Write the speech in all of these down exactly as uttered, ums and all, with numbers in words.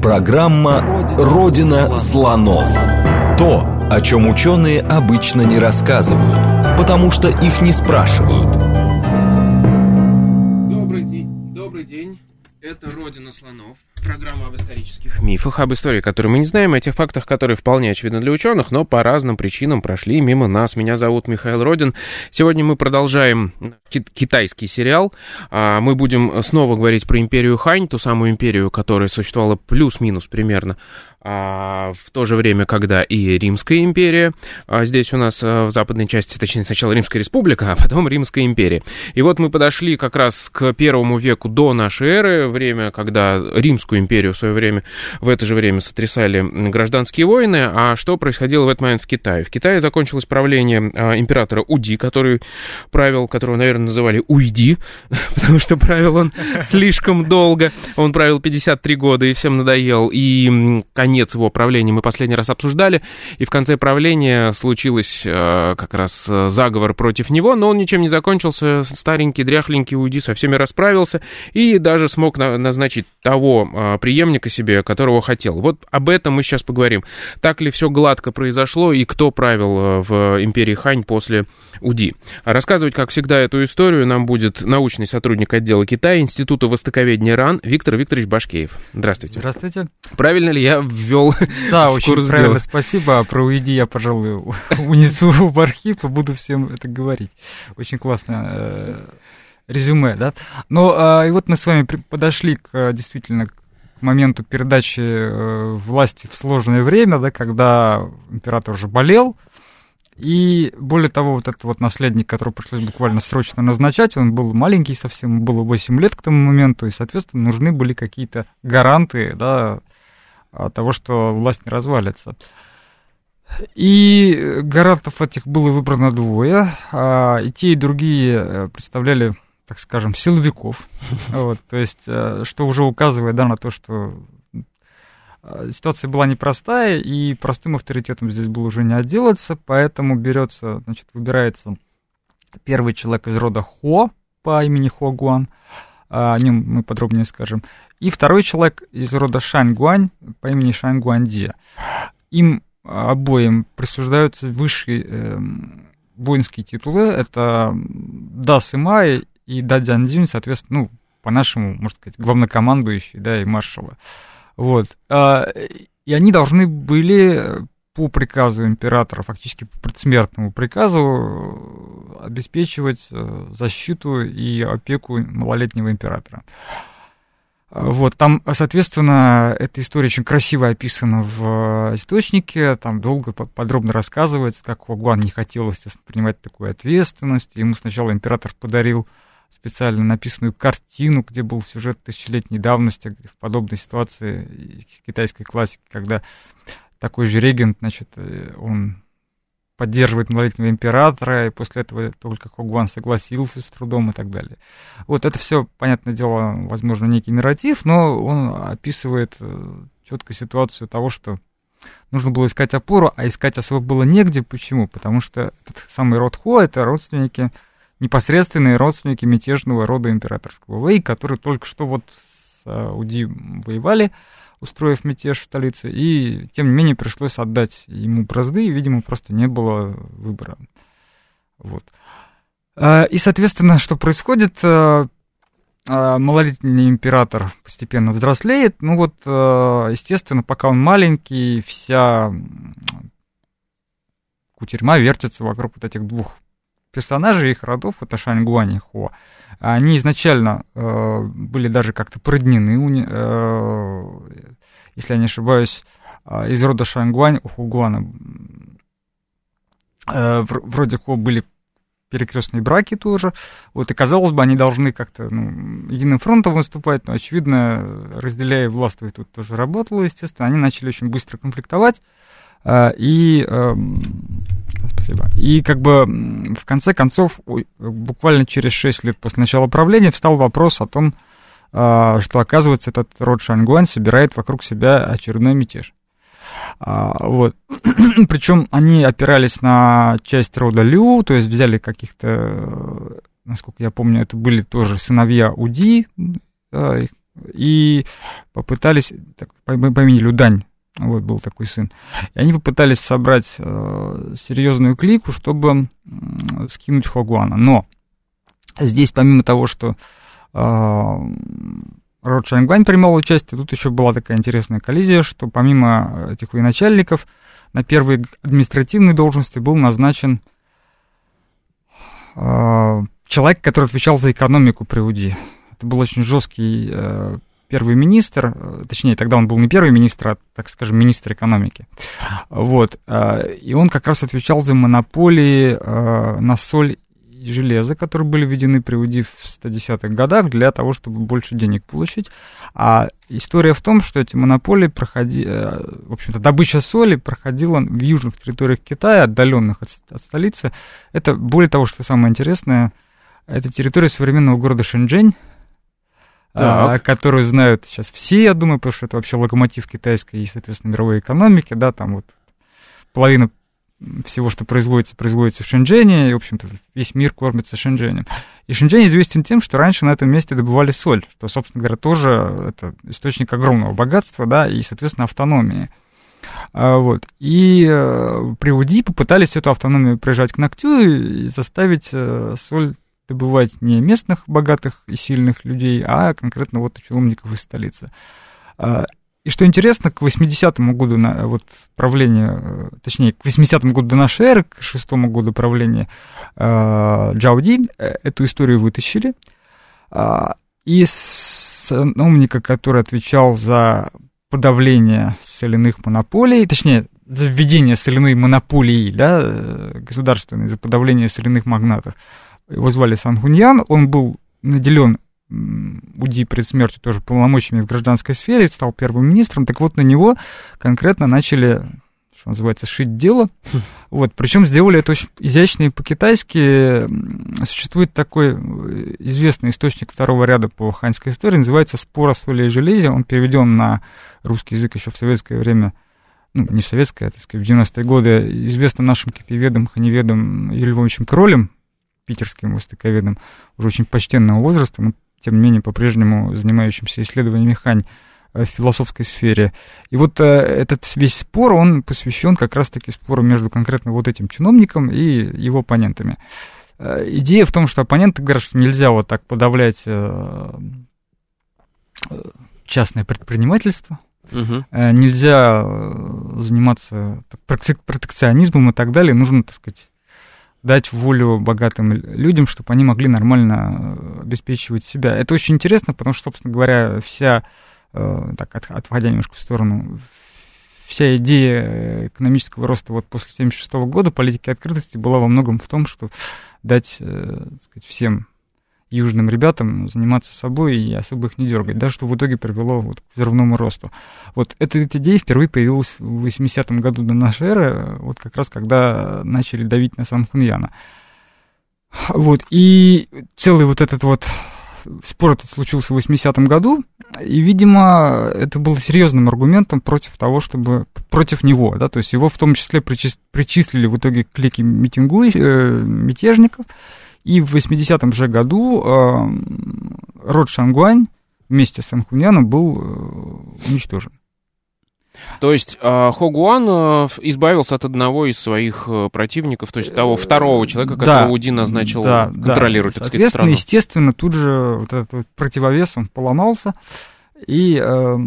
Программа «Родина слонов». То, о чем ученые обычно не рассказывают, потому что их не спрашивают. Добрый день. Добрый день. Это «Родина слонов». Программа об исторических мифах, об истории, которую мы не знаем, о тех фактах, которые вполне очевидны для ученых, но по разным причинам прошли мимо нас. Меня зовут Михаил Родин. Сегодня мы продолжаем китайский сериал. Мы будем снова говорить про империю Хань, ту самую империю, которая существовала плюс-минус примерно в то же время, когда и Римская империя. Здесь у нас в западной части, точнее, сначала Римская республика, а потом Римская империя. И вот мы подошли как раз к первому веку до нашей эры, время, когда Римскую империю в свое время, в это же время сотрясали гражданские войны. А что происходило в этот момент в Китае? В Китае закончилось правление императора Уди, который правил, которого, наверное, называли Уйди, потому что правил он слишком долго. Он правил пятьдесят три года и всем надоел. И конец его правления мы последний раз обсуждали, и в конце правления случилось э, как раз заговор против него, но он ничем не закончился. Старенький, дряхленький Уйди со всеми расправился и даже смог на- назначить того э, преемника себе, которого хотел. Вот об этом мы сейчас поговорим. Так ли все гладко произошло и кто правил в империи Хань после Уди? Рассказывать, как всегда, эту историю нам будет научный сотрудник отдела Китая Института востоковедения РАН Виктор Викторович Башкеев. Здравствуйте. Здравствуйте. Правильно ли я ввел да, в очень курс правильно, дела? Спасибо. Про Уйди я, пожалуй, унесу в архив и буду всем это говорить. Очень классное э, резюме, да. Ну, э, и вот мы с вами подошли к, действительно к моменту передачи э, власти в сложное время, да, когда император уже болел. И более того, вот этот вот наследник, которого пришлось буквально срочно назначать, он был маленький совсем, ему было восемь лет к тому моменту, и, соответственно, нужны были какие-то гаранты, да, того, что власть не развалится. И гарантов этих было выбрано двое, и те, и другие представляли, так скажем, силовиков, вот, то есть, что уже указывает, да, на то, что ситуация была непростая, и простым авторитетом здесь было уже не отделаться, поэтому берется, значит, выбирается первый человек из рода Хо по имени Хо Гуан, о нем мы подробнее скажем, и второй человек из рода Шань Гуань по имени Шань Гуанди. Им обоим присуждаются высшие э, воинские титулы, это Да Сымай и Да Дзяндзюнь, соответственно, ну, по-нашему, можно сказать, главнокомандующий, да, и маршалы. Вот. И они должны были по приказу императора, фактически по предсмертному приказу, обеспечивать защиту и опеку малолетнего императора. Вот. Там, соответственно, эта история очень красиво описана в источнике, там долго, подробно рассказывается, как Хо Гуан не хотел, естественно, принимать такую ответственность. Ему сначала император подарил специально написанную картину, где был сюжет тысячелетней давности, где в подобной ситуации китайской классики, когда такой же регент, значит, он поддерживает малолетнего императора, и после этого только Хо Гуан согласился с трудом и так далее. Вот это все, понятное дело, возможно, некий нарратив, но он описывает четко ситуацию того, что нужно было искать опору, а искать особо было негде. Почему? Потому что этот самый род Хо — это родственники, непосредственные родственники мятежного рода императорского Вэй, которые только что вот с Уди воевали, устроив мятеж в столице, и тем не менее пришлось отдать ему бразды, и, видимо, просто не было выбора. Вот. И, соответственно, что происходит? Малолетний император постепенно взрослеет. Ну вот, естественно, пока он маленький, вся кутерьма вертится вокруг вот этих двух персонажи, их родов, это Шань Гуань и Хо, они изначально э, были даже как-то породнены, э, если я не ошибаюсь, э, из рода Шань Гуань у Хо Гуана э, вроде Хо были перекрестные браки тоже, вот, и, казалось бы, они должны как-то, ну, единым фронтом выступать, но, очевидно, разделяя и властвуя тут тоже работало, естественно, они начали очень быстро конфликтовать, э, и... Э, Спасибо. И как бы в конце концов, буквально через шесть лет после начала правления встал вопрос о том, что, оказывается, этот род Шань Гуань собирает вокруг себя очередной мятеж. Вот. Причем они опирались на часть рода Лю, то есть взяли каких-то, насколько я помню, это были тоже сыновья Уди, их и попытались, так, по, по имени Людань, вот был такой сын, и они попытались собрать э, серьезную клику, чтобы э, скинуть Хуагуана. Но здесь, помимо того, что э, род Шаньгуань принимал участие, тут еще была такая интересная коллизия, что помимо этих военачальников на первые административные должности был назначен э, человек, который отвечал за экономику при УДИ. Это был очень жесткий э, первый министр, э, точнее, тогда он был не первый министр, а, так скажем, министр экономики. Вот, э, и он как раз отвечал за монополии э, на соль и железо, которые были введены при УДИ в сто десятых годах для того, чтобы больше денег получить. А история в том, что эти монополии проходили, в общем-то, добыча соли проходила в южных территориях Китая, отдаленных от, от столицы. Это, более того, что самое интересное, это территория современного города Шэньчжэнь, а, которую знают сейчас все, я думаю, потому что это вообще локомотив китайской и, соответственно, мировой экономики, да, там вот половина всего, что производится, производится в Шэньчжэне, и, в общем-то, весь мир кормится Шэньчжэнем. И Шэньчжэнь известен тем, что раньше на этом месте добывали соль, что, собственно говоря, тоже это источник огромного богатства, да, и, соответственно, автономии. А, вот. И э, при УДИ попытались эту автономию прижать к ногтю и заставить э, соль добывать не местных богатых и сильных людей, а конкретно вот чиновников из столицы. А, И что интересно, к восьмидесятому году вот, правления, точнее, к восьмидесятому году до нашей эры, к шестому году правления э, Джао Ди, эту историю вытащили. Э, и сановника, который отвечал за подавление соляных монополий, точнее, за введение соляной монополии, да, государственной, за подавление соляных магнатов, его звали Сан Хуньян, он был наделен УДИ перед смертью тоже полномочиями в гражданской сфере, стал первым министром, так вот на него конкретно начали, что называется, шить дело, вот, причем сделали это очень изящно и по-китайски. Существует такой известный источник второго ряда по ханьской истории, называется «Спор о соли и железе», он переведен на русский язык еще в советское время, ну, не в советское, а, так сказать, в девяностые годы, известным нашим китаеведом, ханеведом Юрием Львовичем Кролем, питерским востоковедом, уже очень почтенного возраста, но тем не менее, по-прежнему занимающимся исследованиями хань в философской сфере. И вот э, этот весь спор, он посвящен как раз-таки спору между конкретно вот этим чиновником и его оппонентами. Э, идея в том, что оппоненты говорят, что нельзя вот так подавлять э, частное предпринимательство, угу. э, нельзя заниматься протекционизмом и так далее, нужно, так сказать, дать волю богатым людям, чтобы они могли нормально обеспечивать себя. Это очень интересно, потому что, собственно говоря, вся, так, отходя немножко в сторону, вся идея экономического роста вот после семьдесят шестого года, политики открытости, была во многом в том, что дать, так сказать, всем южным ребятам заниматься собой и особо их не дергать, да, что в итоге привело вот к взрывному росту. Вот эта, эта идея впервые появилась в восьмидесятом году до нашей эры, вот как раз когда начали давить на Сан Хуньяна. Вот, и целый вот этот вот спор этот случился в восьмидесятом году, и, видимо, это было серьезным аргументом против того, чтобы, против него, да, то есть его в том числе причис, причислили в итоге к клике митингующих, э, мятежников. И в восьмидесятом же году э, род Шаньгуань вместе с Сан Хуньяном был э, уничтожен. То есть э, Хуагуан э, избавился от одного из своих э, противников, то есть того второго человека, которого да, УДИ назначил да, контролировать, да. Так сказать, страну. Естественно, тут же вот этот вот противовес, он поломался, и, э,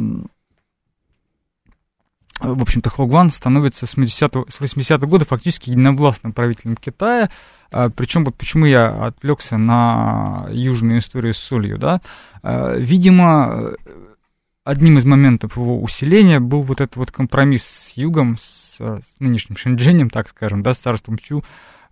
в общем-то, Хуагуан становится с восьмидесятого года фактически единовластным правителем Китая. Причем вот почему я отвлекся на южную историю с солью, да, видимо, одним из моментов его усиления был вот этот вот компромисс с югом, с, с нынешним Шэньчжэнем, так скажем, да, с царством Чу,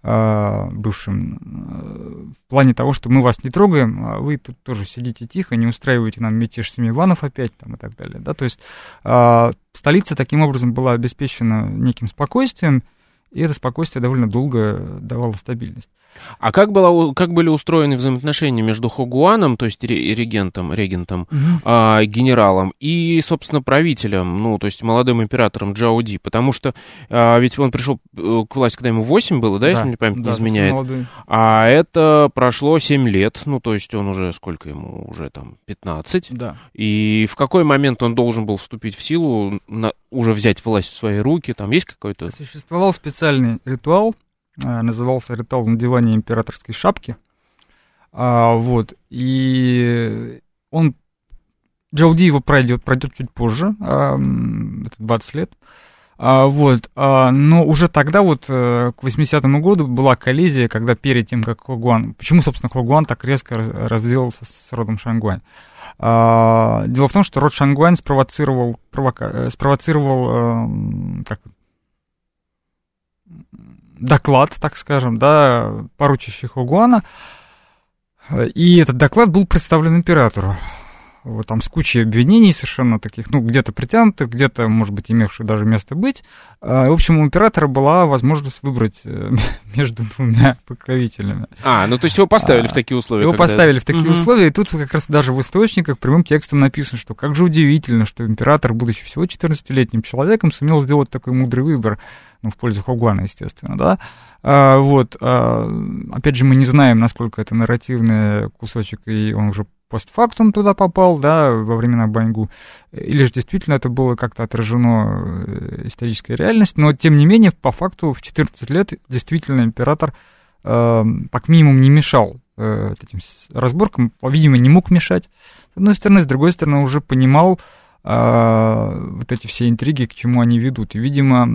бывшим, в плане того, что мы вас не трогаем, а вы тут тоже сидите тихо, не устраиваете нам мятеж семи ванов опять, там, и так далее, да, то есть столица таким образом была обеспечена неким спокойствием, и это спокойствие довольно долго давало стабильность. А как, было, как были устроены взаимоотношения между Хогуаном, то есть регентом, регентом угу. а, генералом, и, собственно, правителем, ну, то есть молодым императором Джао Ди? Потому что а, ведь он пришел к власти, когда ему восемь было, да, да, если мне память да, не изменяет? А это прошло семь лет, ну, то есть он уже, сколько ему, уже там пятнадцать. Да. И в какой момент он должен был вступить в силу, на, уже взять власть в свои руки, там есть какой-то... Существовал специальный ритуал, назывался ритуал надевания императорской шапки, а, вот, и он, Джао Ди его пройдет, пройдет чуть позже, а, это двадцать лет, а, вот, а, но уже тогда вот к восьмидесятому году была коллизия, когда перед тем, как Хогуан, почему, собственно, Хогуан так резко разделался с родом Шаньгуань? А, дело в том, что род Шаньгуань спровоцировал, провока, спровоцировал, как доклад, так скажем, да, поручащий Хогуана, и этот доклад был представлен императору. Вот там с кучей обвинений совершенно таких, ну, где-то притянутых, где-то, может быть, имевших даже место быть. В общем, у императора была возможность выбрать между двумя покровителями. А, ну, то есть его поставили а, в такие условия? Его поставили это... в такие угу. условия, и тут как раз даже в источниках прямым текстом написано, что как же удивительно, что император, будучи всего четырнадцатилетним человеком, сумел сделать такой мудрый выбор, ну, в пользу Хогуана, естественно, да. А, вот, а, опять же, мы не знаем, насколько это нарративный кусочек, и он уже постфактум туда попал, да, во времена Баньгу, или же действительно это было как-то отражено исторической реальностью, но, тем не менее, по факту в четырнадцать лет действительно император, э, как минимум, не мешал э, этим разборкам, по-видимому, не мог мешать, с одной стороны, с другой стороны, уже понимал э, вот эти все интриги, к чему они ведут, и, видимо,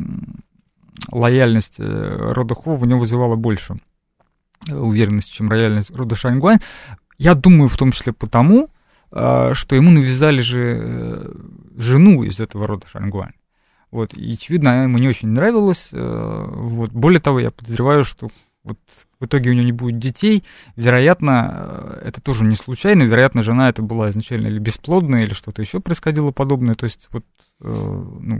лояльность рода Хо у него вызывала больше уверенности, чем лояльность рода Шаньгуань. Я думаю, в том числе потому, что ему навязали же жену из этого рода Шаньгуань. Вот, и, очевидно, она ему не очень нравилась. Вот. Более того, я подозреваю, что вот в итоге у него не будет детей. Вероятно, это тоже не случайно. Вероятно, жена это была изначально или бесплодная, или что-то еще происходило подобное. То есть, вот, ну,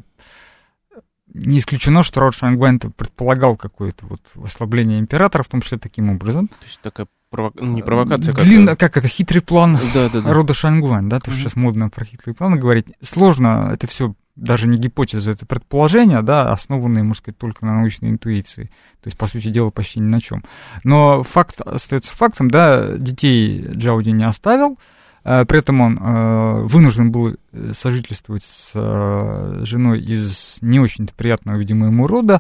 не исключено, что род Шаньгуань предполагал какое-то вот ослабление императора, в том числе таким образом. То есть такая провок... не провокация, как... Длинно, как это, хитрый план да, да, да. рода Шаньгуань, да, то, что mm-hmm. сейчас модно про хитрые планы говорить. Сложно, это все даже не гипотеза, это предположения, да, основанные, можно сказать, только на научной интуиции. То есть, по сути дела, почти ни на чем. Но факт остается фактом, да, детей Джао Ди не оставил. При этом он э, вынужден был сожительствовать с э, женой из не очень-то приятного, видимо, ему рода,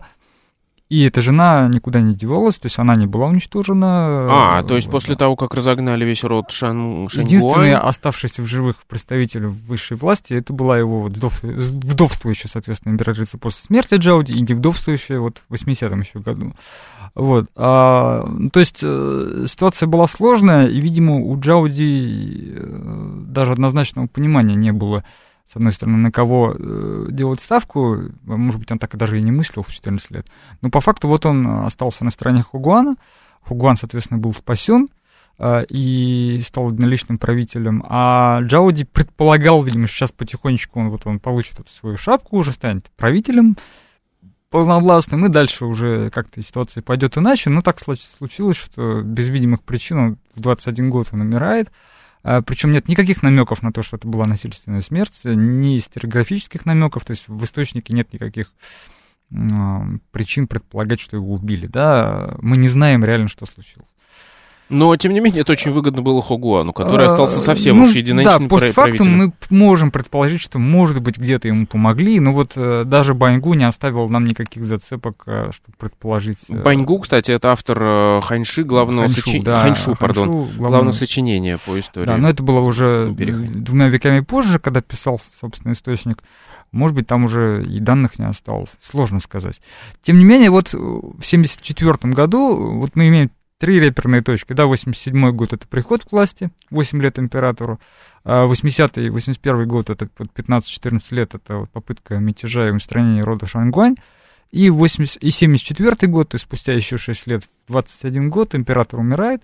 и эта жена никуда не девалась, то есть она не была уничтожена. А, то есть после того, как разогнали весь род Шан... Шаньгуань... Единственный оставшийся в живых представитель высшей власти, это была его вот вдов... вдовствующая, соответственно, императрица после смерти Джао Ди, и не вдовствующая вот в восьмидесятом еще году. Вот, а, то есть э, ситуация была сложная, и, видимо, у Джао Ди э, даже однозначного понимания не было, с одной стороны, на кого э, делать ставку, может быть, он так и даже и не мыслил в четырнадцать лет, но по факту вот он остался на стороне Хогуана, Хогуан, соответственно, был спасен э, и стал единоличным правителем, а Джао Ди предполагал, видимо, что сейчас потихонечку он, вот он получит эту свою шапку, уже станет правителем полновластным, и дальше уже как-то ситуация пойдет иначе, но так случилось, что без видимых причин он в двадцать один год он умирает, причем нет никаких намеков на то, что это была насильственная смерть, ни историографических намеков, то есть в источнике нет никаких э, причин предполагать, что его убили, да, мы не знаем реально, что случилось. Но, тем не менее, это очень выгодно было Хогуану, который остался совсем ну, уж единоличным да, правителем. постфактум мы можем предположить, что, может быть, где-то ему помогли, но вот э, даже Баньгу не оставил нам никаких зацепок, э, чтобы предположить... Э... Баньгу, кстати, это автор э, Ханьши, главного Ханьшу, сочи... да, Ханьшу, пардон, Ханьшу, главного... главного сочинения по истории. Да, но это было уже двумя веками позже, когда писал, собственно, источник. Может быть, там уже и данных не осталось, сложно сказать. Тем не менее, вот в семьдесят четвёртом году вот мы имеем три реперные точки, да, восемьдесят седьмой год — это приход к власти, восемь лет императору, восьмидесятый и восемьдесят первый год — это пятнадцать-четырнадцать лет, это вот попытка мятежа и устранения рода Шаньгуань, и, восемьдесят, и семьдесят четвёртый год, то есть спустя еще шесть лет, двадцать один год, император умирает,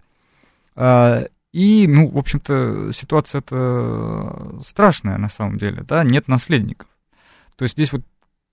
и, ну, в общем-то, ситуация-то страшная на самом деле, да, нет наследников. То есть здесь вот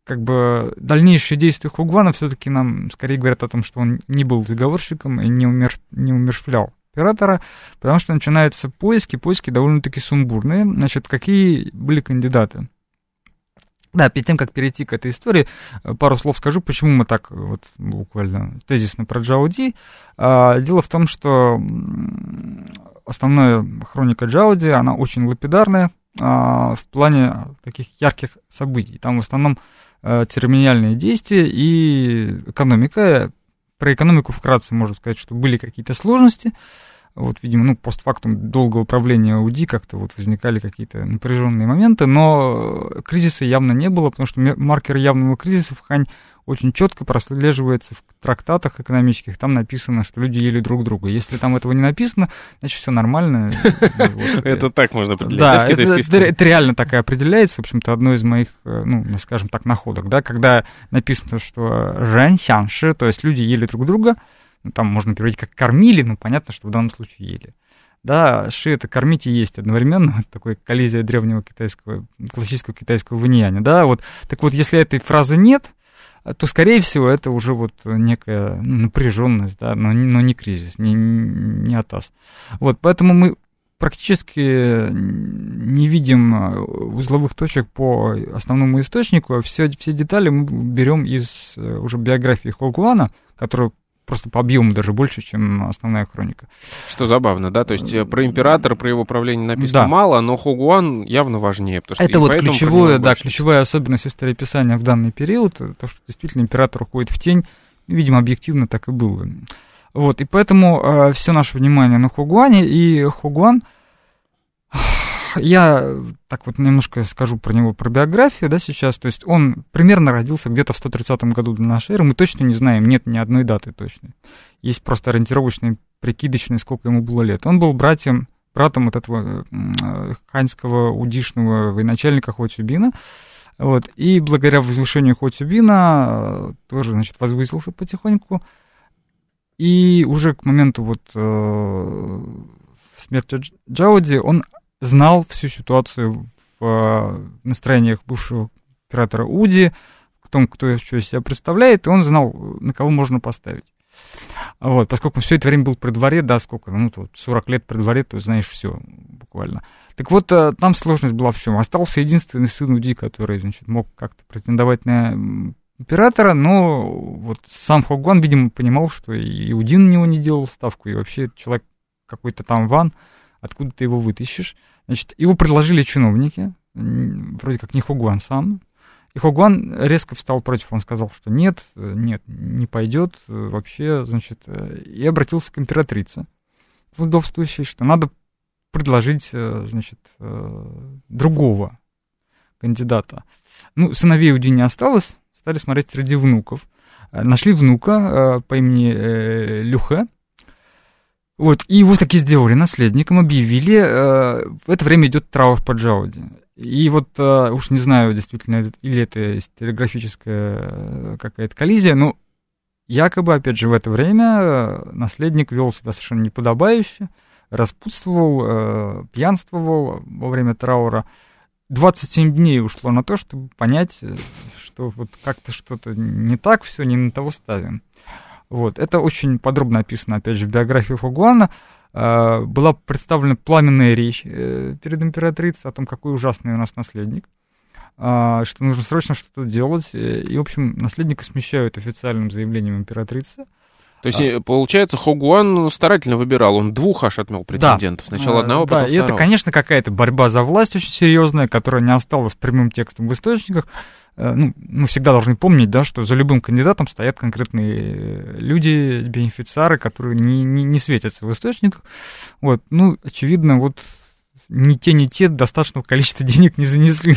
как бы дальнейшие действия Хугуана все-таки нам скорее говорят о том, что он не был заговорщиком и не, умер, не умерщвлял императора, потому что начинаются поиски, поиски довольно-таки сумбурные. Значит, какие были кандидаты? Да, перед тем, как перейти к этой истории, пару слов скажу, почему мы так вот буквально тезисно про Джао Ди. Дело в том, что основная хроника Джао Ди, она очень лапидарная в плане таких ярких событий. Там в основном церемониальные действия и экономика. Про экономику вкратце можно сказать, что были какие-то сложности. Вот, видимо, ну, постфактум долгого правления УДИ как-то вот возникали какие-то напряженные моменты, но кризиса явно не было, потому что маркер явного кризиса в Хань очень четко прослеживается в трактатах экономических. Там написано, что люди ели друг друга. Если там этого не написано, значит, все нормально. Это так можно определять. Да, это реально так и определяется. В общем-то, одно из моих, ну, скажем так, находок, да, когда написано, что жань сянши, то есть люди ели друг друга, там можно переводить как кормили, но понятно, что в данном случае ели. Да, ши — это кормить и есть одновременно, такой коллизия древнего китайского, классического китайского вэньяня, да, вот. Так вот, если этой фразы нет, то, скорее всего, это уже вот некая напряженность, да, но, но не кризис, не, не атас. Вот, поэтому мы практически не видим узловых точек по основному источнику, а все, все детали мы берем из уже биографии Хугуана, которую просто по объему даже больше, чем основная хроника. Что забавно, да? То есть про императора, про его правление написано да. мало, но Хугуан явно важнее. Потому что это вот ключевое, да, ключевая особенность историописания в данный период, то, что действительно император уходит в тень, видимо, объективно так и было. Вот, и поэтому э, все наше внимание на Хугуане, и Хугуан, я так вот немножко скажу про него, про биографию, да, сейчас, то есть он примерно родился где-то в сто тридцатом году до нашей эры, мы точно не знаем, нет ни одной даты точной, есть просто ориентировочные, прикидочные, сколько ему было лет. Он был братьем, братом вот этого э, ханьского удишного военачальника Хо Цюбина, вот, и благодаря возвышению Хо Цюбина э, тоже, значит, возвысился потихоньку, и уже к моменту вот э, смерти Джао Ди он знал всю ситуацию в э, настроениях бывшего императора Уди, в том, кто что из себя представляет, и он знал, на кого можно поставить. Вот, поскольку все это время был при дворе, да, сколько, ну, тут сорок лет при дворе, то знаешь все буквально. Так вот, э, там сложность была в чем? Остался единственный сын Уди, который, значит, мог как-то претендовать на императора, но вот сам Хугуан, видимо, понимал, что и Уди на него не делал ставку, и вообще человек какой-то там Ван, откуда ты его вытащишь. Значит, его предложили чиновники, вроде как не Хугуан сам. И Хугуан резко встал против, он сказал, что нет, нет, не пойдет вообще, значит, и обратился к императрице, вдовствующей, что надо предложить, значит, другого кандидата. Ну, сыновей Уди не осталось, стали смотреть среди внуков. Нашли внука по имени Люхэ. Вот, и его таки сделали наследником, объявили. В это время идет траур по Джао Ди. И вот, уж не знаю, действительно, или это историографическая какая-то коллизия, но якобы, опять же, в это время наследник вел себя совершенно неподобающе, распутствовал, пьянствовал во время траура. двадцать семь дней ушло на то, чтобы понять, что вот как-то что-то не так, все не на того ставим. Вот. Это очень подробно описано, опять же, в биографии Хугуана. Э, была представлена пламенная речь э, перед императрицей о том, какой ужасный у нас наследник, э, что нужно срочно что-то делать. И, в общем, наследника смещают официальным заявлением императрицы. То есть, а, получается, Хугуан старательно выбирал, он двух аж отмел претендентов. Да. Сначала одного, потом да, второго. И это, конечно, какая-то борьба за власть очень серьезная, которая не осталась прямым текстом в источниках. Ну, мы всегда должны помнить, да, что за любым кандидатом стоят конкретные люди, бенефициары, которые не, не, не светятся в источниках. Вот, ну, очевидно, вот ни те, ни те достаточного количества денег не занесли.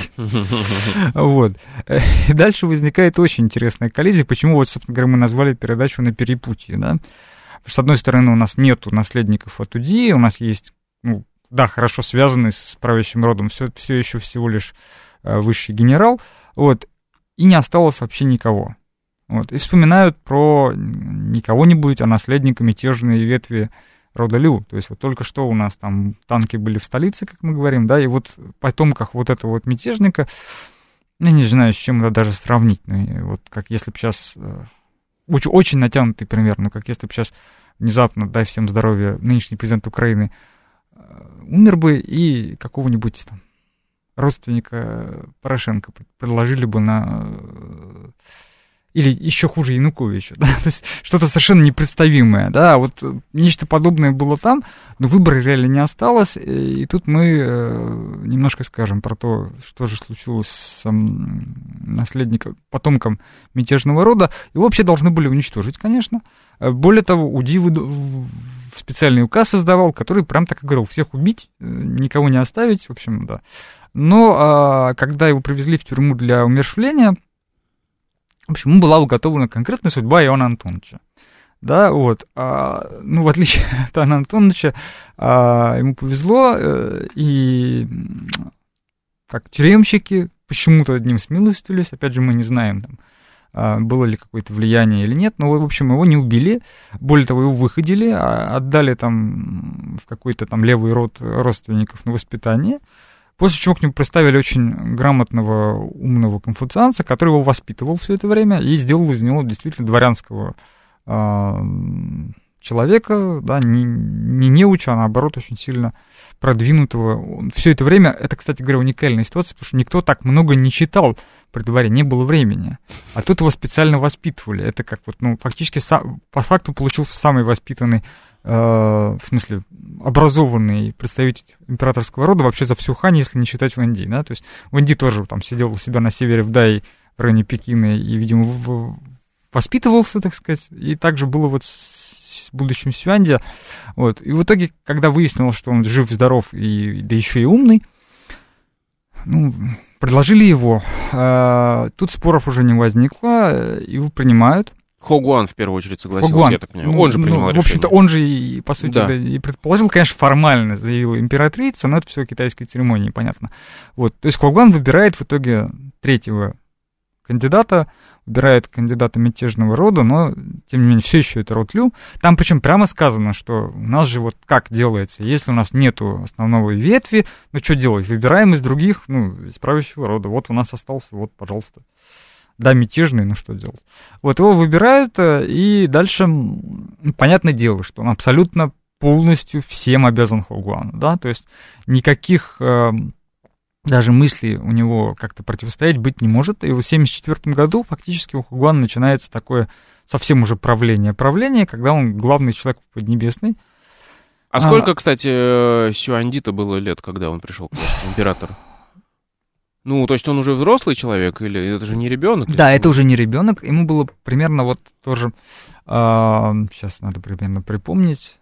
Вот. И дальше возникает очень интересная коллизия. Почему, вот, собственно говоря, мы назвали передачу «На перепутье», да? Потому что, с одной стороны, у нас нету наследников от Уди, у нас есть, ну, да, хорошо связанный с правящим родом, все, все еще всего лишь высший генерал, вот, и не осталось вообще никого. Вот, и вспоминают про не кого-нибудь, а наследника мятежной ветви рода Лю. То есть вот только что у нас там танки были в столице, как мы говорим, да, и вот в потомках вот этого вот мятежника Я не знаю, с чем это даже сравнить. Ну, вот как если бы сейчас... Очень, очень натянутый пример, но как если бы сейчас внезапно, дай всем здоровья, нынешний президент Украины умер бы, и какого-нибудь там родственника Порошенко предложили бы на... Или еще хуже Януковича, да? То есть что-то совершенно непредставимое, да, вот нечто подобное было там, но выбора реально не осталось, и тут мы немножко скажем про то, что же случилось с наследником, потомком мятежного рода. Его вообще должны были уничтожить, конечно. Более того, УДИ специальный указ издавал, который прям так и говорил: всех убить, никого не оставить, в общем, да. Но когда его привезли в тюрьму для умерщвления, в общем, ему была уготована конкретная судьба Иоанна Антоновича. Да, вот. А, ну, в отличие от Иоанна Антоновича, а, ему повезло, э, и как тюремщики почему-то над ним смилостивились. Опять же, мы не знаем, там, а, было ли какое-то влияние или нет, но, в общем, его не убили. Более того, его выходили, а, отдали там в какой-то там левый род родственников на воспитание. После чего к нему представили очень грамотного, умного конфуцианца, который его воспитывал все это время и сделал из него действительно дворянского э, человека, да, не, не неуча, а наоборот очень сильно продвинутого. Все это время, это, кстати говоря, уникальная ситуация, потому что никто так много не читал при дворе, не было времени. А тут его специально воспитывали. Это как вот, ну, фактически, по факту получился самый воспитанный, в смысле, образованный представитель императорского рода вообще за всю Хань, если не считать Вэнди, да, то есть Вэнди тоже там сидел у себя на севере в Дае, в районе Пекина, и, видимо, в, воспитывался, так сказать, и также было вот с будущим Сюанди, вот, и в итоге, когда выяснилось, что он жив-здоров, и, да еще и умный, ну, предложили его, а, тут споров уже не возникло, его принимают. Хугуан в первую очередь согласился, Хугуан. Я так понимаю. Он же принимал ну, решение. В общем-то, он же, и, по сути, да. Да, и предположил, конечно, формально заявила императрица, но это все китайской церемонии, понятно. Вот, то есть Хугуан выбирает в итоге третьего кандидата, выбирает кандидата мятежного рода, но, тем не менее, все еще это род Лю. Там, причем, прямо сказано, что у нас же вот как делается, если у нас нету основной ветви, ну, что делать? Выбираем из других, ну, из правящего рода. Вот у нас остался, вот, пожалуйста. Да, мятежный, ну что делать. Вот его выбирают, и дальше понятное дело, что он абсолютно полностью всем обязан Хугуану, да, то есть никаких э, даже мыслей у него как-то противостоять быть не может, и в семьдесят четвёртом году фактически у Хугуана начинается такое совсем уже правление, правление, когда он главный человек в Поднебесной. А, а сколько, кстати, Сюанди-то было лет, когда он пришел к власти, император? Ну, то есть он уже взрослый человек, или это же не ребенок? Да, это уже не ребенок. Ему было примерно вот тоже... А, сейчас надо примерно припомнить.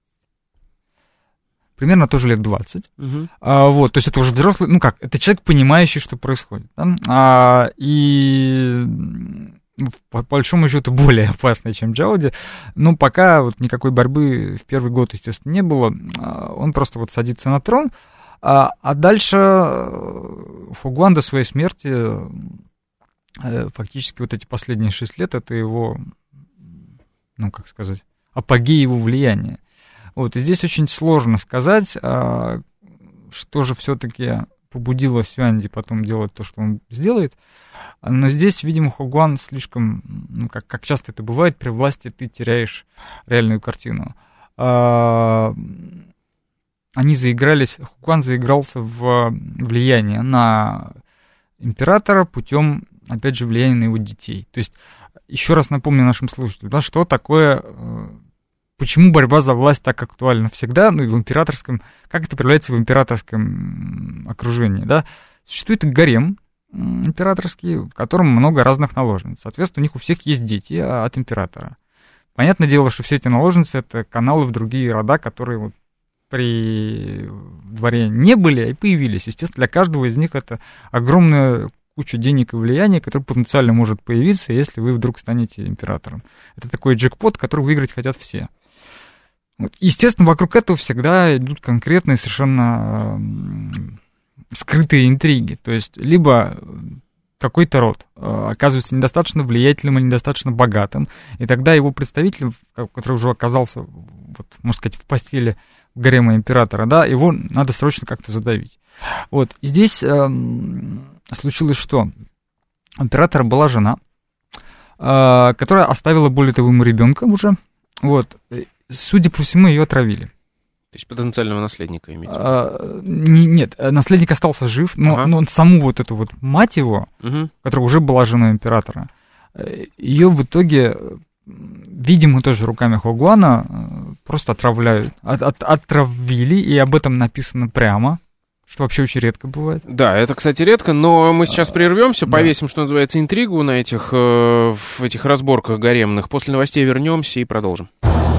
Примерно тоже лет двадцать. Угу. А, вот, то есть это уже взрослый... Ну как, это человек, понимающий, что происходит. Да? А, и... по большому счету более опасный, чем Джауди. Но пока вот никакой борьбы в первый год, естественно, не было. Он просто вот садится на трон. А, а дальше Хугуан до своей смерти, фактически вот эти последние шесть лет, это его, ну, как сказать, апогей его влияния. Вот, и здесь очень сложно сказать, а, что же все-таки побудило Сюанди потом делать то, что он сделает. Но здесь, видимо, Хугуан слишком, ну, как, как часто это бывает, при власти ты теряешь реальную картину. А, Они заигрались, Хугуан заигрался в влияние на императора путем, опять же, влияния на его детей. То есть, еще раз напомню нашим слушателям, да, что такое, почему борьба за власть так актуальна всегда, ну и в императорском, как это проявляется в императорском окружении, да. Существует гарем императорский, в котором много разных наложниц. Соответственно, у них у всех есть дети от императора. Понятное дело, что все эти наложницы — это каналы в другие рода, которые вот при дворе не были, а и появились. Естественно, для каждого из них это огромная куча денег и влияния, которое потенциально может появиться, если вы вдруг станете императором. Это такой джекпот, который выиграть хотят все. Вот. Естественно, вокруг этого всегда идут конкретные, совершенно скрытые интриги. То есть, либо какой-то род оказывается недостаточно влиятельным или недостаточно богатым, и тогда его представитель, который уже оказался, вот, можно сказать, в постели гарема императора, да, его надо срочно как-то задавить. Вот, и здесь э, случилось что? императора была жена, которая оставила, более того, ему ребенка уже. Вот. Судя по всему, ее отравили. То есть потенциального наследника имеете? А, не, нет, наследник остался жив, но, ага. но саму вот эту вот мать его, угу. которая уже была женой императора, ее в итоге, видимо, тоже руками Хуагуана просто отравляют. От, от, отравили, и об этом написано прямо. Что вообще очень редко бывает. Да, это, кстати, редко, но мы сейчас прервемся, повесим, да. что называется, интригу на этих, э, в этих разборках гаремных. После новостей вернемся и продолжим.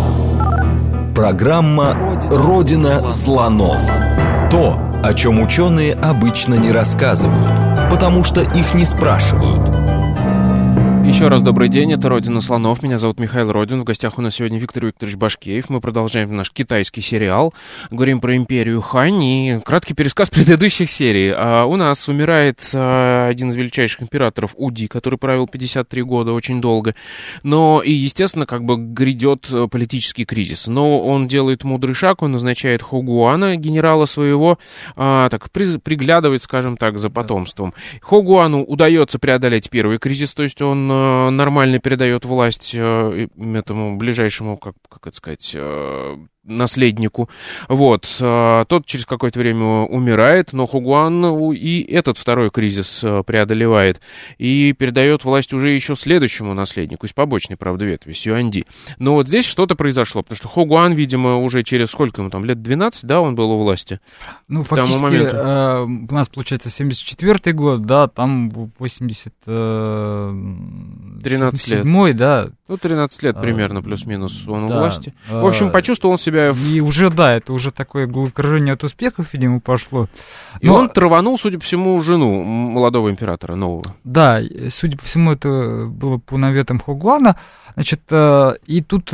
Программа «Родина слонов». То, о чем ученые обычно не рассказывают, потому что их не спрашивают. Еще раз добрый день, это «Родина слонов», меня зовут Михаил Родин, в гостях у нас сегодня Виктор Викторович Башкеев, мы продолжаем наш китайский сериал, говорим про империю Хань и краткий пересказ предыдущих серий. А у нас умирает а, один из величайших императоров Уди, который правил пятьдесят три года, очень долго, но и, естественно, как бы грядет политический кризис, но он делает мудрый шаг, он назначает Хуагуана, генерала своего, а, так, при, приглядывать, скажем так, за потомством. Хуагуану удается преодолеть первый кризис, то есть он нормально передает власть этому ближайшему, как, как это сказать, наследнику. Вот. Тот через какое-то время умирает, но Хуагуан и этот второй кризис преодолевает и передает власть уже еще следующему наследнику, из побочной, правда, ветви, Сюанди. Но вот здесь что-то произошло, потому что Хуагуан, видимо, уже через сколько ему там, лет двенадцать, да, он был у власти? Ну, фактически, э, у нас, получается, семьдесят четвёртый год, да, там восемьдесят тринадцать лет. седьмой, да. Ну, тринадцать лет примерно, плюс-минус, он да. у власти. В общем, почувствовал он себя... И уже, да, это уже такое головокружение от успехов, видимо, пошло. И Но... он траванул, судя по всему, жену молодого императора, нового. Да, судя по всему, это было по наветам Хуагуана. Значит, и тут...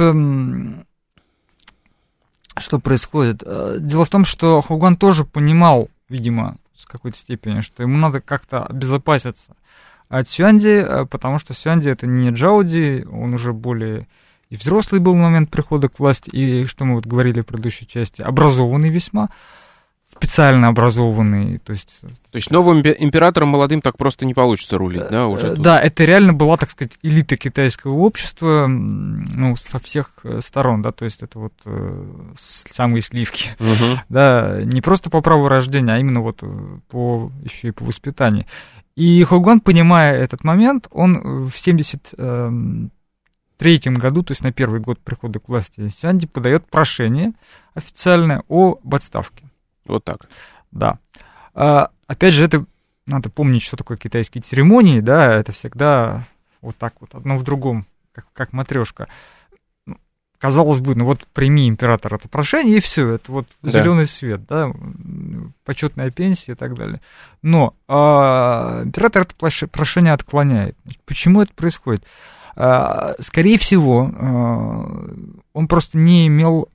Что происходит? Дело в том, что Хуагуан тоже понимал, видимо, в какой-то степени, что ему надо как-то обезопаситься от Сюанди, потому что Сюанди это не Джауди, он уже более и взрослый был в момент прихода к власти, и, что мы вот говорили в предыдущей части, образованный весьма, специально образованный. То есть, то есть новым императором молодым так просто не получится рулить, да, уже? Да, тут. Это реально была, так сказать, элита китайского общества, ну, со всех сторон, да, то есть это вот э, самые сливки, угу. да, не просто по праву рождения, а именно вот по, еще и по воспитанию. И Хуагуан, понимая этот момент, он в семьдесят третьем году, то есть на первый год прихода к власти Сюанди, подает прошение официальное об отставке. Вот так. Да. А, опять же, это надо помнить, что такое китайские церемонии, да, это всегда вот так вот, одно в другом, как, как матрешка. Казалось бы, ну вот прими император это прошение, и все, это вот да. зеленый свет, да, почетная пенсия и так далее. Но а, император это прошение отклоняет. Почему это происходит? А, скорее всего, а, он просто не имел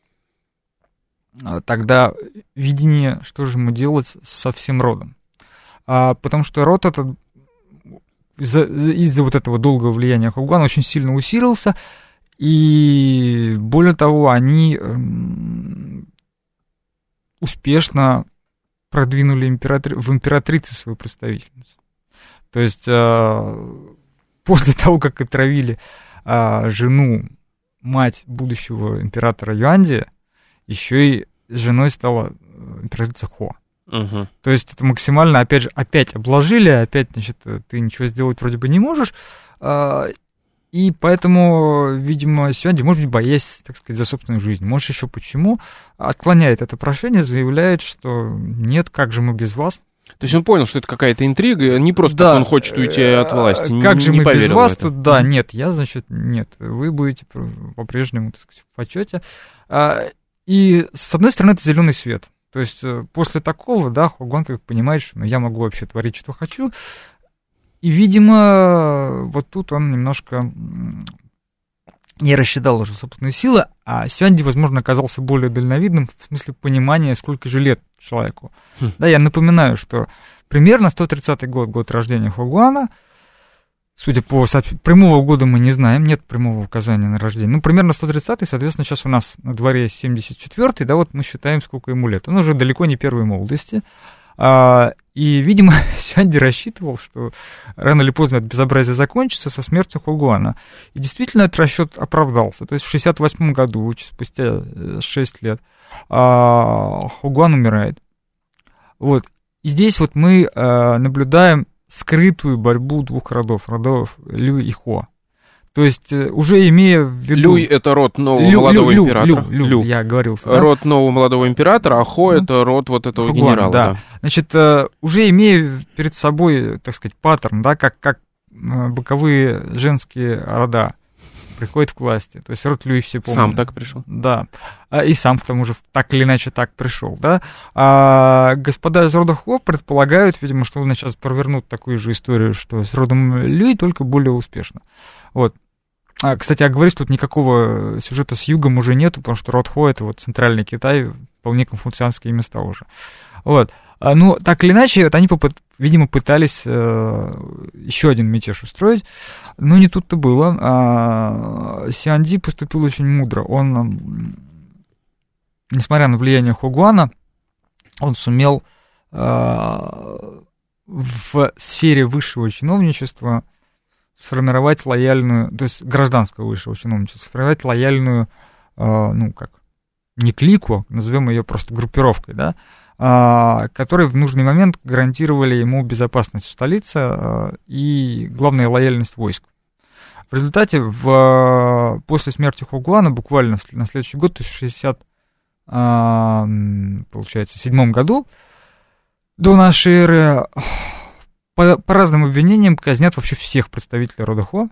тогда видения, что же ему делать со всем родом. А, потому что род этот из-за, из-за вот этого долгого влияния Хуагуана очень сильно усилился. И более того, они э, успешно продвинули императри... в императрице свою представительницу. То есть э, после того, как отравили э, жену, мать будущего императора Юанди, еще и женой стала императрица Хо. Угу. То есть это максимально, опять же, опять обложили, опять, значит, ты ничего сделать вроде бы не можешь. Э, И поэтому, видимо, Сюанди, может быть, боясь, так сказать, за собственную жизнь, может, еще почему, отклоняет это прошение, заявляет, что нет, как же мы без вас. То есть он понял, что это какая-то интрига, не просто да, он хочет уйти от власти. Как не, же не мы без вас тут, да, нет, я, значит, нет, вы будете по-прежнему, так сказать, в почете. И, с одной стороны, это зеленый свет. То есть после такого, да, Хуагуан как понимает, что ну, я могу вообще творить, что хочу. И, видимо, вот тут он немножко не рассчитал уже собственные силы, а Сюанди, возможно, оказался более дальновидным в смысле понимания, сколько же лет человеку. Хм. Да, я напоминаю, что примерно сто тридцатый год, год рождения Хуагуана, судя по прямого года мы не знаем, нет прямого указания на рождение, ну, примерно сто тридцатый, соответственно, сейчас у нас на дворе семьдесят четвёртый, да, вот мы считаем, сколько ему лет. Он уже далеко не первой молодости. И, видимо, Сюанди рассчитывал, что рано или поздно это безобразие закончится со смертью Хугуана. И действительно этот расчет оправдался. То есть в шестьдесят восьмом году, спустя шесть лет, Хугуан умирает. Вот. И здесь вот мы наблюдаем скрытую борьбу двух родов, родов Люй и Хо. То есть уже имея в виду... Люй — это род нового Лю, молодого Лю, императора. Лю, Лю, Лю, я говорил. Да? Род нового молодого императора, а Хо ну, — это род вот этого Хугуан, генерала. Да. Да. Значит, уже имея перед собой, так сказать, паттерн, да, как, как боковые женские рода приходят к власти. То есть род Люй все помнят. Сам так пришел. Да. И сам к тому же так или иначе так пришел, да. А господа из рода Хо предполагают, видимо, что они сейчас провернут такую же историю, что с родом Люй только более успешно. Вот. А, кстати, я говорю, что тут никакого сюжета с югом уже нету, потому что род Хо — это вот центральный Китай, вполне конфуцианские места уже. Вот. А, ну, так или иначе, вот они, попыт... видимо, пытались э, еще один мятеж устроить, но не тут-то было. А, Сюанди поступил очень мудро. Он, несмотря на влияние Хугуана, он сумел э, в сфере высшего чиновничества сформировать лояльную, то есть гражданского высшего чиновничества, сформировать лояльную, э, ну, как, не клику, назовем ее просто группировкой, да, э, которые в нужный момент гарантировали ему безопасность в столице э, и, главное, лояльность войск. В результате, в, после смерти Хугуана, буквально на следующий год, то есть в шестьдесят, э, получается, седьмом году до нашей эры, По, по разным обвинениям казнят вообще всех представителей рода Хо.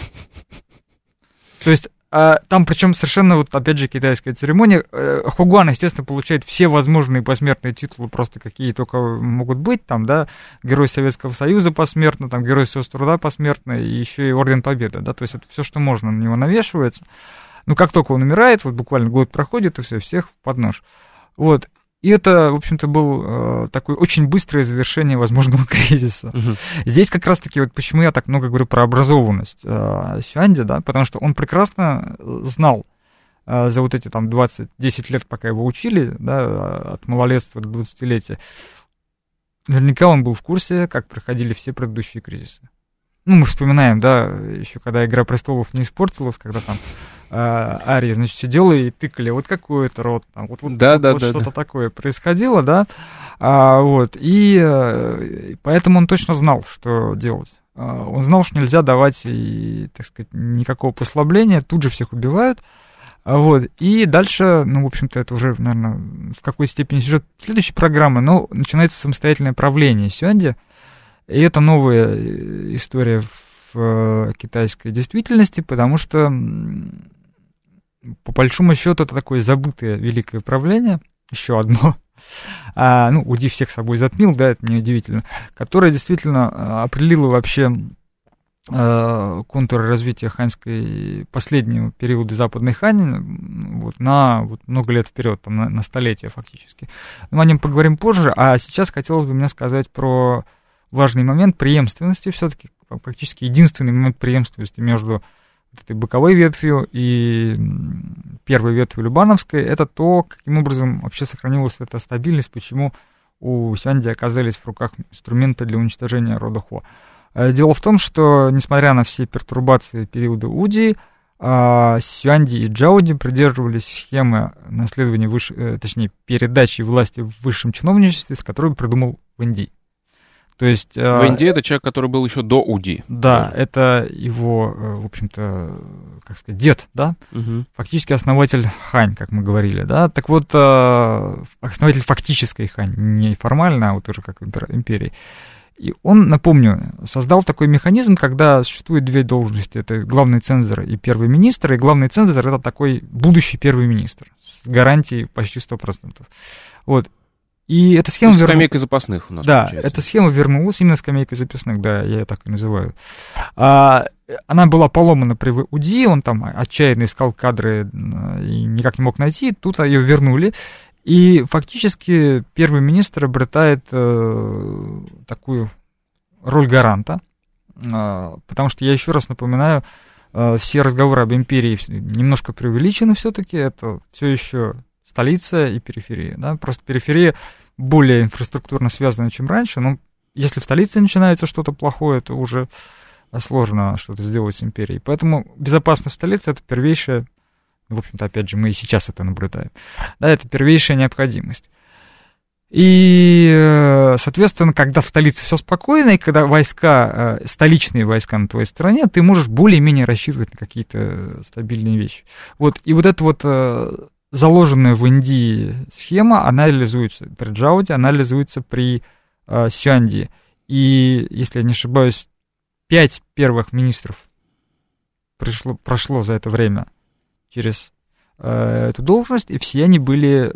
То есть а, там причем совершенно, вот опять же, китайская церемония. Хугуан, естественно, получает все возможные посмертные титулы, просто какие только могут быть. Там, да, Герой Советского Союза посмертно, там, Герой Соцтруда посмертно, и еще и Орден Победы. Да? То есть это все, что можно, на него навешивается. Но как только он умирает, вот буквально год проходит, и все, всех под нож. Вот. И это, в общем-то, был э, такое очень быстрое завершение возможного кризиса. Uh-huh. Здесь как раз-таки, вот почему я так много говорю про образованность э, Сюанди, да, потому что он прекрасно знал э, за вот эти там двадцать-десять лет, пока его учили, да, от малолетства до двадцатилетия, наверняка он был в курсе, как проходили все предыдущие кризисы. Ну, мы вспоминаем, да, еще когда «Игра престолов» не испортилась, когда там э, Ария, значит, сидела и тыкали, вот какой это род, там, вот, вот, да, вот, да, вот да, что-то да. такое происходило, да, а, вот, и э, поэтому он точно знал, что делать. А, он знал, что нельзя давать, и, так сказать, никакого послабления, тут же всех убивают, а, вот, и дальше, ну, в общем-то, это уже, наверное, в какой степени сюжет следующей программы, но начинается самостоятельное правление Сюанди. И это новая история в китайской действительности, потому что, по большому счету, это такое забытое великое правление, еще одно, а, ну, Уди всех собой затмил, да, это неудивительно, которое действительно определило вообще а, контуры развития ханьской последнего периода Западной Хань вот, на вот, много лет вперед, там, на, на столетия фактически. Мы о нем поговорим позже, а сейчас хотелось бы мне сказать про важный момент преемственности, все-таки практически единственный момент преемственности между этой боковой ветвью и первой ветвью Любановской, это то, каким образом вообще сохранилась эта стабильность, почему у Сюанди оказались в руках инструменты для уничтожения рода Хо. Дело в том, что, несмотря на все пертурбации периода Уди, Сюанди и Джаоди придерживались схемы наследования, выше, точнее, передачи власти в высшем чиновничестве, с которой придумал Вэнди. То есть, Вэнди — это человек, который был еще до Уди. Да, даже. Это его, в общем-то, как сказать, дед, да, угу. Фактически основатель Хань, как мы говорили, да. Так вот, основатель фактической Хань, не формально, а вот уже как империи. И он, напомню, создал такой механизм, когда существует две должности, это главный цензор и первый министр, и главный цензор — это такой будущий первый министр с гарантией почти сто процентов. Вот. И эта схема вернулась. Скамейка запасных у нас. Да, получается. Эта схема вернулась, именно скамейкой запасных, да, я ее так и называю. А, она была поломана при Уди, он там отчаянно искал кадры и никак не мог найти, тут ее вернули. И фактически первый министр обретает э, такую роль гаранта, э, потому что, я еще раз напоминаю, э, все разговоры об империи немножко преувеличены все-таки, это все еще столица и периферия, да, просто периферия более инфраструктурно связаны, чем раньше, но если в столице начинается что-то плохое, то уже сложно что-то сделать с империей. Поэтому безопасность столицы — это первейшая, в общем-то, опять же, мы и сейчас это наблюдаем, да, это первейшая необходимость. И, соответственно, когда в столице все спокойно, и когда войска, столичные войска на твоей стороне, ты можешь более-менее рассчитывать на какие-то стабильные вещи. Вот, и вот эта вот заложенная в Индии схема, она реализуется при Джауде, она реализуется при э, Сюанди. И, если я не ошибаюсь, пять первых министров пришло, прошло за это время через э, эту должность, и все они были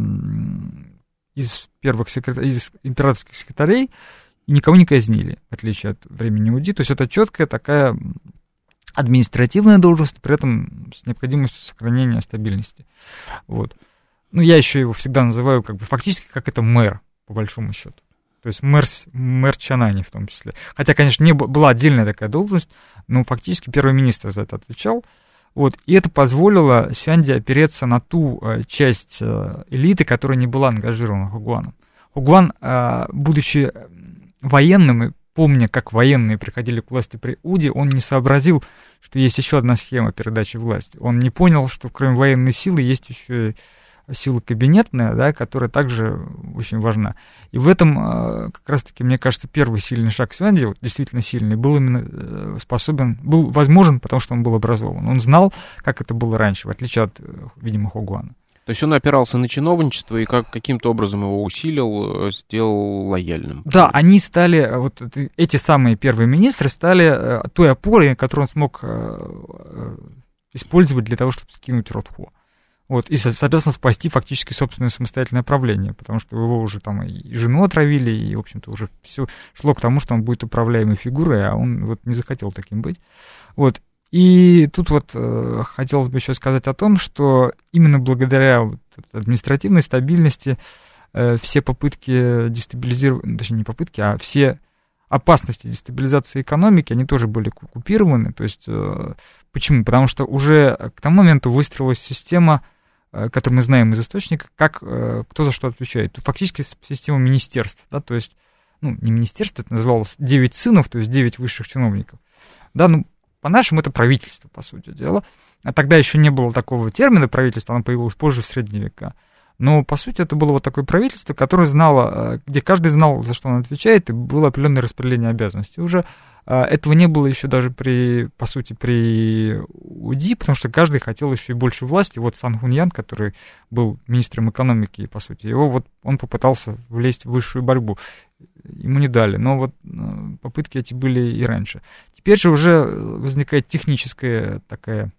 э, из первых секретарей, из императорских секретарей, и никого не казнили, в отличие от времени Уди. То есть это четкая такая административная должность, при этом с необходимостью сохранения стабильности. Вот. Ну, я еще его всегда называю как бы фактически как это мэр, по большому счету. То есть мэр, мэр Чанани в том числе. Хотя, конечно, не была отдельная такая должность, но фактически первый министр за это отвечал. Вот. И это позволило Сюанди опереться на ту э, часть э, элиты, которая не была ангажирована Хугуаном. Хугуан, э, будучи военным и помня, как военные приходили к власти при Уди, он не сообразил, что есть еще одна схема передачи власти. Он не понял, что кроме военной силы есть еще и сила кабинетная, да, которая также очень важна. И в этом как раз-таки, мне кажется, первый сильный шаг Сюанди, вот, действительно сильный, был именно способен, был возможен, потому что он был образован. Он знал, как это было раньше, в отличие от, видимо, Хугуана. То есть он опирался на чиновничество и как, каким-то образом его усилил, сделал лояльным. Да, они стали, вот эти самые первые министры стали той опорой, которую он смог использовать для того, чтобы скинуть Ротхо. Вот, и, соответственно, спасти фактически собственное самостоятельное правление, потому что его уже там и жену отравили, и, в общем-то, уже все шло к тому, что он будет управляемой фигурой, а он вот не захотел таким быть. Вот. И тут вот э, хотелось бы еще сказать о том, что именно благодаря вот административной стабильности э, все попытки дестабилизировать, точнее не попытки, а все опасности дестабилизации экономики, они тоже были купированы. То есть э, почему? Потому что уже к тому моменту выстроилась система, э, которую мы знаем из источника, как э, кто за что отвечает. Тут фактически система министерств, да, то есть, ну, не министерство, это называлось девять сынов, то есть девять высших чиновников, да, ну, по-нашему, это правительство, по сути дела. А тогда еще не было такого термина правительство, оно появилось позже, в средние века. Но, по сути, это было вот такое правительство, которое знало, где каждый знал, за что он отвечает, и было определенное распределение обязанностей. Уже этого не было еще даже, при, по сути, при Уди, потому что каждый хотел еще и больше власти. Вот Сан Хуньян, который был министром экономики, по сути, его вот он попытался влезть в высшую борьбу. Ему не дали, но вот попытки эти были и раньше. Теперь же уже возникает техническая такая,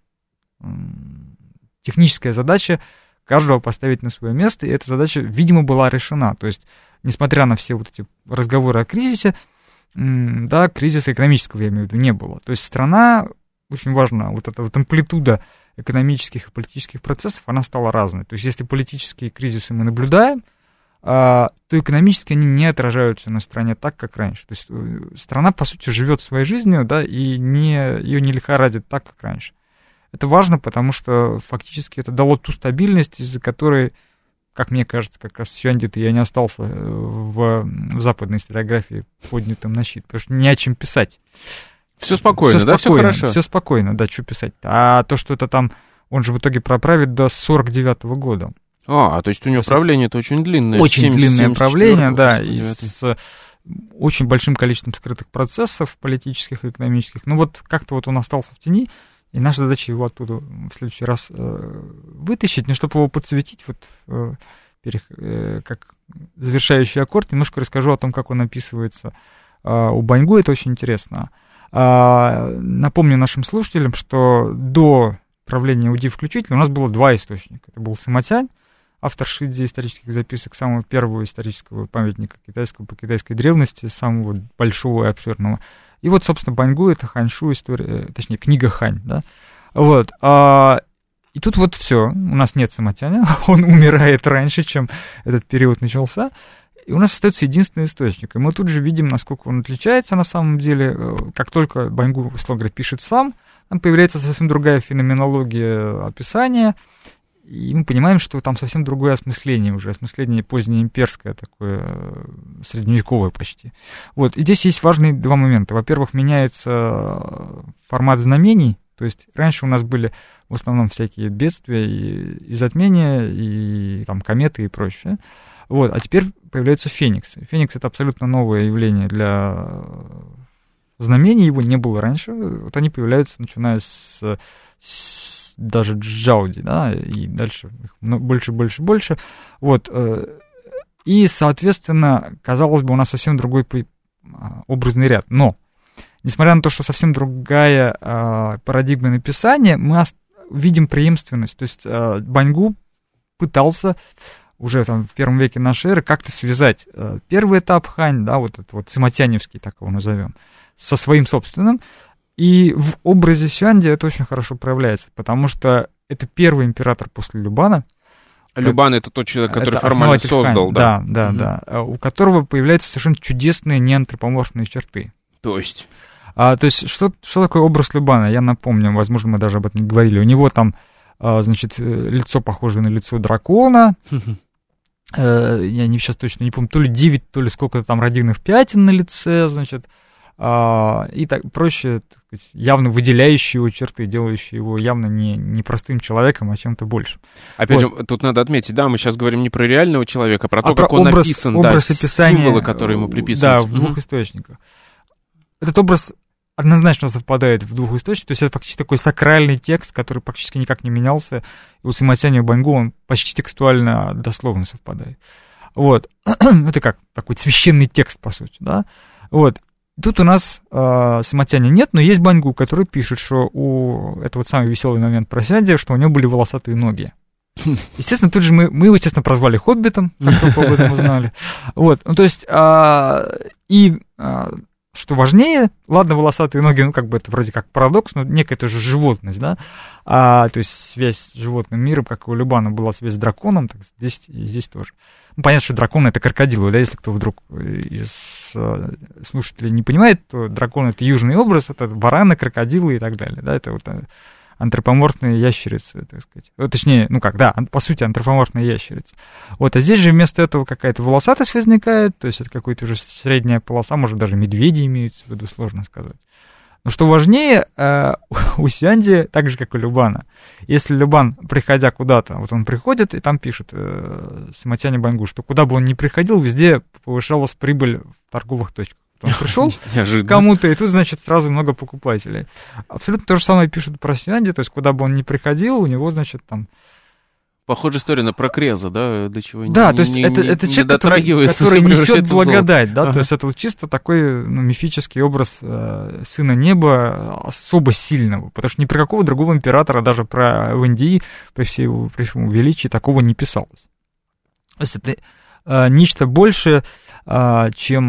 техническая задача каждого поставить на свое место, и эта задача, видимо, была решена. То есть, несмотря на все вот эти разговоры о кризисе, да, кризиса экономического, я имею в виду, не было. То есть страна, очень важна, вот эта вот амплитуда экономических и политических процессов, она стала разной. То есть, если политические кризисы мы наблюдаем, то экономически они не отражаются на стране так, как раньше. То есть страна, по сути, живет своей жизнью, да, и не, ее не лихорадит так, как раньше. Это важно, потому что фактически это дало ту стабильность, из-за которой, как мне кажется, как раз Сюанди-то я не остался в, в западной историографии поднятым на щит, потому что не о чем писать. Все спокойно, всё да, спокойно, все хорошо? Все спокойно, да, что писать. А то, что это там, он же в итоге проправит до сорок девятого года. А, то есть у него правление-то очень длинное. Очень семьдесят, длинное правление, да, и семьдесят с очень большим количеством скрытых процессов политических и экономических. Ну вот как-то вот он остался в тени, и наша задача его оттуда в следующий раз э, вытащить, не чтобы его подсветить, вот э, перех, э, как завершающий аккорд, немножко расскажу о том, как он описывается э, у Баньгу, это очень интересно. А, напомню нашим слушателям, что до правления Уди включительно у нас было два источника. Это был Самотянь, автор Шидзи исторических записок, самого первого исторического памятника китайского по китайской древности, самого большого и обширного. И вот, собственно, Баньгу — это Ханьшу, история, точнее, книга Хань, да. Вот. А, и тут вот все, у нас нет Самотяня, он умирает раньше, чем этот период начался, и у нас остается единственный источник. И мы тут же видим, насколько он отличается на самом деле. Как только Баньгу, условно говоря, пишет сам, там появляется совсем другая феноменология описания. и мы понимаем, что там совсем другое осмысление уже, осмысление позднеимперское, такое средневековое почти. Вот, и здесь есть важные два момента. Во-первых, меняется формат знамений, то есть раньше у нас были в основном всякие бедствия и, и затмения, и там кометы и прочее. Вот, а теперь появляются фениксы. Феникс — это абсолютно новое явление для знамений, его не было раньше. Вот они появляются, начиная с, с даже Джауди, да, и дальше их больше, больше, больше. Вот, и, соответственно, казалось бы, у нас совсем другой образный ряд. Но, несмотря на то, что совсем другая парадигма написания, мы видим преемственность. То есть Баньгу пытался уже там в первом веке нашей эры как-то связать э, первый этап хань, да, вот этот вот симатяневский, так его назовем, со своим собственным, и в образе Сюанди это очень хорошо проявляется, потому что это первый император после Любана. Любан — это тот человек, который формально создал, хань, да? Да, да, mm-hmm. да, у которого появляются совершенно чудесные неантропоморфные черты. То есть? А, то есть что, что такое образ Любана? Я напомню, возможно, мы даже об этом не говорили. У него там, а, значит, лицо похоже на лицо дракона, я не, сейчас точно не помню, то ли девять, то ли сколько-то там родильных пятен на лице, значит, а, и так проще, так сказать, явно выделяющие его черты, делающие его явно не, не простым человеком, а чем-то большим. Опять вот. же, тут надо отметить, да, мы сейчас говорим не про реального человека, а про а то, про как он образ, написан, образ да, описания, символы, которые ему приписываются. Да, в двух источниках. Этот образ однозначно совпадает в двух источниках, то есть это фактически такой сакральный текст, который практически никак не менялся, и у Симатяня Баньгу он почти текстуально, дословно совпадает. Вот, это как такой священный текст, по сути, да, вот. Тут у нас э, Симатяня нет, но есть Баньгу, который пишет, что у, это вот самый веселый момент про Сюанди, что у него были волосатые ноги. Естественно, тут же мы, мы его, естественно, прозвали Хоббитом, как только об этом узнали. Вот, ну, то есть, э, и... Э, что важнее, ладно, волосатые ноги, ну, как бы это вроде как парадокс, но некая тоже животность, да, а, то есть связь с животным миром, как у Любана была связь с драконом, так здесь, и здесь тоже. Ну, понятно, что драконы — это крокодилы, да, если кто вдруг из слушателей не понимает, то дракон — это южный образ, это вараны, крокодилы и так далее, да, это вот антропоморфные ящерицы, так сказать. Точнее, ну как, да, по сути, антропоморфные ящерицы. Вот, а здесь же вместо этого какая-то волосатость возникает, то есть это какая-то уже средняя полоса, может, даже медведи имеются в виду, сложно сказать. Но что важнее, у Сюанди, так же, как у Любана, если Любан, приходя куда-то, вот он приходит, и там пишет Симатяня Баньгу, что куда бы он ни приходил, везде повышалась прибыль в торговых точках. Он пришел к кому-то, и тут, значит, сразу много покупателей. Абсолютно то же самое пишут про Сюанди, то есть куда бы он ни приходил, у него, значит, там... Похожая история на Прокреза, да, до чего да, не, то есть не, это, не, это не человек, который, который несет благодать, да, ага. То есть это вот чисто такой ну, мифический образ э, сына неба особо сильного, потому что ни про какого другого императора, даже про Вэндии, при всему, при всему величии, такого не писалось. То есть это э, нечто большее, э,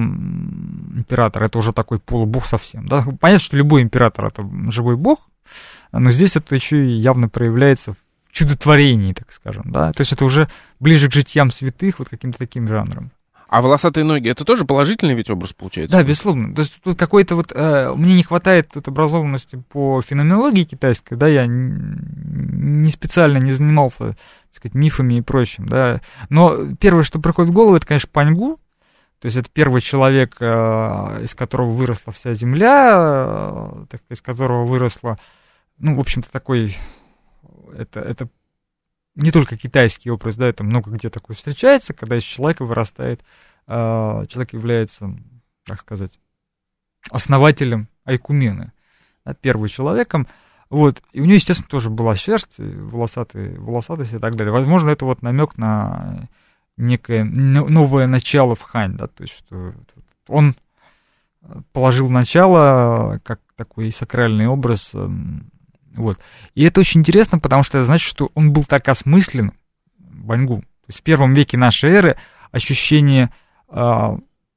чем император, это уже такой полубог совсем, да. Понятно, что любой император — это живой бог, но здесь это еще и явно проявляется в чудотворении, так скажем, да, то есть это уже ближе к житиям святых, вот каким-то таким жанром. А волосатые ноги — это тоже положительный ведь образ получается? Да, безусловно. То есть тут какой-то вот, э, мне не хватает тут образованности по феноменологии китайской, да, я не специально не занимался, так сказать, мифами и прочим, да, но первое, что приходит в голову, это, конечно, Паньгу, то есть это первый человек, э, из которого выросла вся земля, э, так, из которого выросла, ну, в общем-то, такой... Это, это не только китайский образ, да, это много где такое встречается, когда из человека вырастает, э, человек является, как сказать, основателем айкумены, да, первым человеком, вот, и у него, естественно, тоже была шерсть, волосатый, волосатость и так далее. Возможно, это вот намек на некое новое начало в хань, да, то есть, что он положил начало, как такой сакральный образ. Вот. И это очень интересно, потому что это значит, что он был так осмыслен, Баньгу. То есть в первом веке нашей эры ощущение э,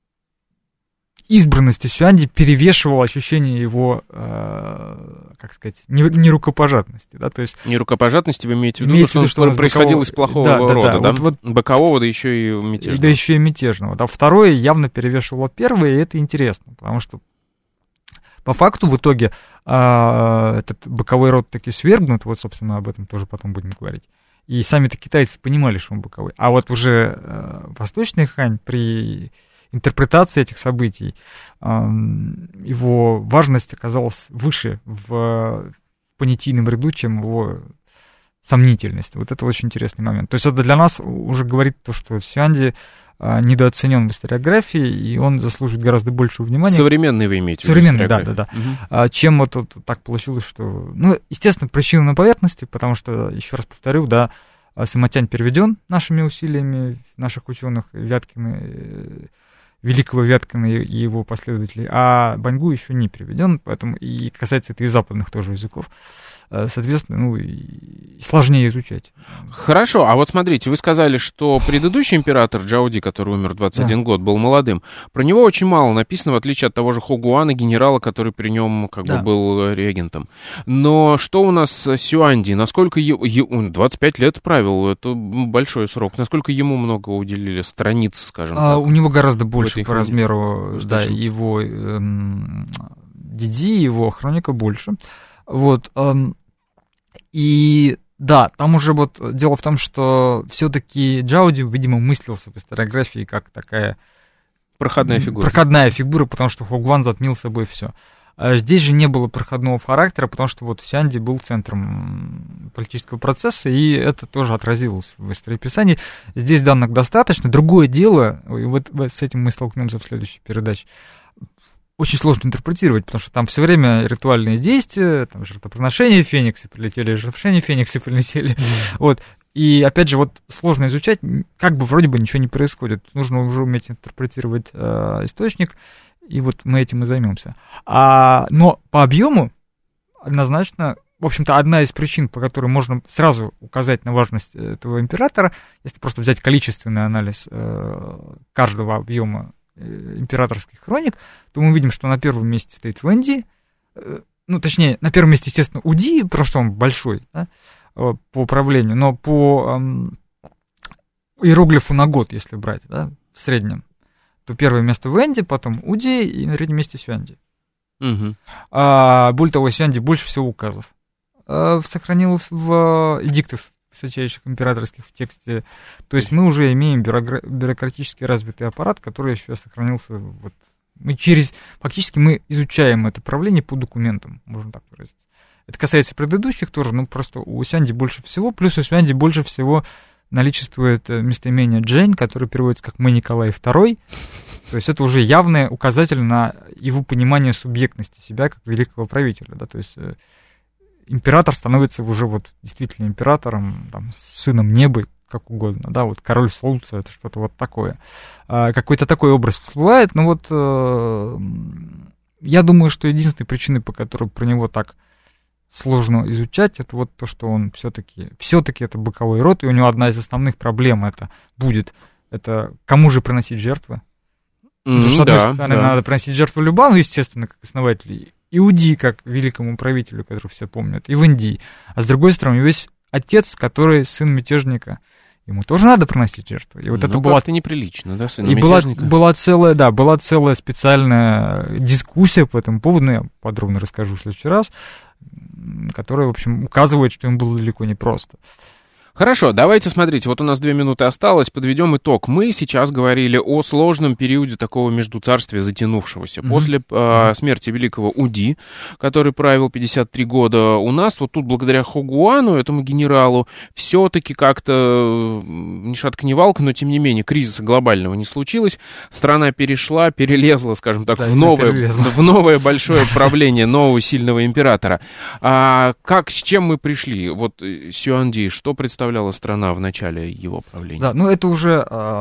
избранности Сюанди перевешивало ощущение его, э, как сказать, нерукопожатности. Да? То есть, нерукопожатности вы имеете в виду, имеете что, что он происходил бокового... из плохого да, рода, да? да? да? Вот, вот... Бокового, да еще и мятежного. Да еще и мятежного. Да? Второе явно перевешивало первое, и это интересно, потому что по факту, в итоге, э, этот боковой род таки свергнут, вот, собственно, мы об этом тоже потом будем говорить. И сами-то китайцы понимали, что он боковой. А вот уже э, восточный Хань при интерпретации этих событий, э, его важность оказалась выше в понятийном ряду, чем его сомнительность. Вот это очень интересный момент. То есть это для нас уже говорит то, что Сюанди э, недооценен в историографии, и он заслуживает гораздо большего внимания. Современный вы имеете в виду? Современный, да, да, да. Угу. А, чем вот, вот так получилось, что... Ну, естественно, причина на поверхности, потому что, еще раз повторю, да, Самотянь переведен нашими усилиями наших ученых, Вяткина, великого Вяткина и его последователей, а Баньгу еще не переведен, поэтому и касается это и западных тоже языков. Соответственно, ну, и сложнее изучать. Хорошо, а вот смотрите, вы сказали, что предыдущий император Джаоди, который умер в двадцать один да. год, был молодым. Про него очень мало написано, в отличие от того же Хугуана, генерала, который при нем как да. бы был регентом. Но что у нас с Сюанди? Насколько ему... двадцать пять лет правил, это большой срок. Насколько ему много уделили страниц, скажем а, так? У него гораздо больше по размеру, да, его эм, Диди, его хроника больше. Вот, эм, и да, там уже вот дело в том, что все-таки Джаоди, видимо, мыслился в историографии как такая проходная фигура. Проходная фигура, потому что Хугуан затмил собой все. А здесь же не было проходного характера, потому что вот Сюанди был центром политического процесса, и это тоже отразилось в историописании. Здесь данных достаточно. Другое дело, и вот с этим мы столкнемся в следующей передаче, очень сложно интерпретировать, потому что там все время ритуальные действия, там жертвоприношения фениксы прилетели, жертвоприношения фениксы прилетели, mm-hmm. вот. И, опять же, вот сложно изучать, как бы вроде бы ничего не происходит. Нужно уже уметь интерпретировать э, источник, и вот мы этим и займемся. А, но по объему однозначно, в общем-то, одна из причин, по которой можно сразу указать на важность этого императора, если просто взять количественный анализ э, каждого объема императорских хроник, то мы видим, что на первом месте стоит Вэнди, ну, точнее, на первом месте, естественно, Уди, потому что он большой, да, по управлению, но по эм, иероглифу на год, если брать, да, в среднем, то первое место Вэнди, потом Уди и на третьем месте Сюанди. Угу. А, более того, Сюанди больше всего указов а, сохранилось в эдиктов высочайших императорских в тексте. То есть мы уже имеем бюрокра- бюрократически развитый аппарат, который еще сохранился. Вот. Мы через, фактически мы изучаем это правление по документам, можно так выразиться. Это касается предыдущих тоже, но просто у Сюанди больше всего, плюс у Сюанди больше всего наличествует местоимение Джэнь, которое переводится как «Мы Николай второй». То есть это уже явный указатель на его понимание субъектности себя как великого правителя. Да? То есть император становится уже вот действительно императором, там, сыном неба, как угодно, да, вот король солнца, это что-то вот такое. А, какой-то такой образ всплывает, но вот э, я думаю, что единственной причиной, по которой про него так сложно изучать, это вот то, что он все-таки, все-таки это боковой род, и у него одна из основных проблем это будет, это кому же приносить жертвы. Mm, Потому что, с одной да, стороны, да. надо приносить жертву Любану, естественно, как основателю, Иуди, как великому правителю, которого все помнят, и Вэнди. А с другой стороны, у него есть отец, который сын мятежника. Ему тоже надо приносить жертву. И вот ну, это было неприлично, да, сын и мятежника. Была, была целая, да, была целая специальная дискуссия по этому поводу, ну, я подробно расскажу в следующий раз, которая, в общем, указывает, что им было далеко не просто. Хорошо, давайте смотрите, вот у нас две минуты осталось, подведем итог. Мы сейчас говорили о сложном периоде такого междуцарствия затянувшегося. Mm-hmm. После э, смерти великого Уди, который правил пятьдесят три года, у нас вот тут благодаря Хугуану, этому генералу, все-таки как-то ни шатка, ни валка, но тем не менее кризиса глобального не случилось. Страна перешла, перелезла, скажем так, да, в, новое, в новое большое правление нового сильного императора. А как, с чем мы пришли? Вот Сюанди, что представляет страна в начале его правления? Да, ну это уже,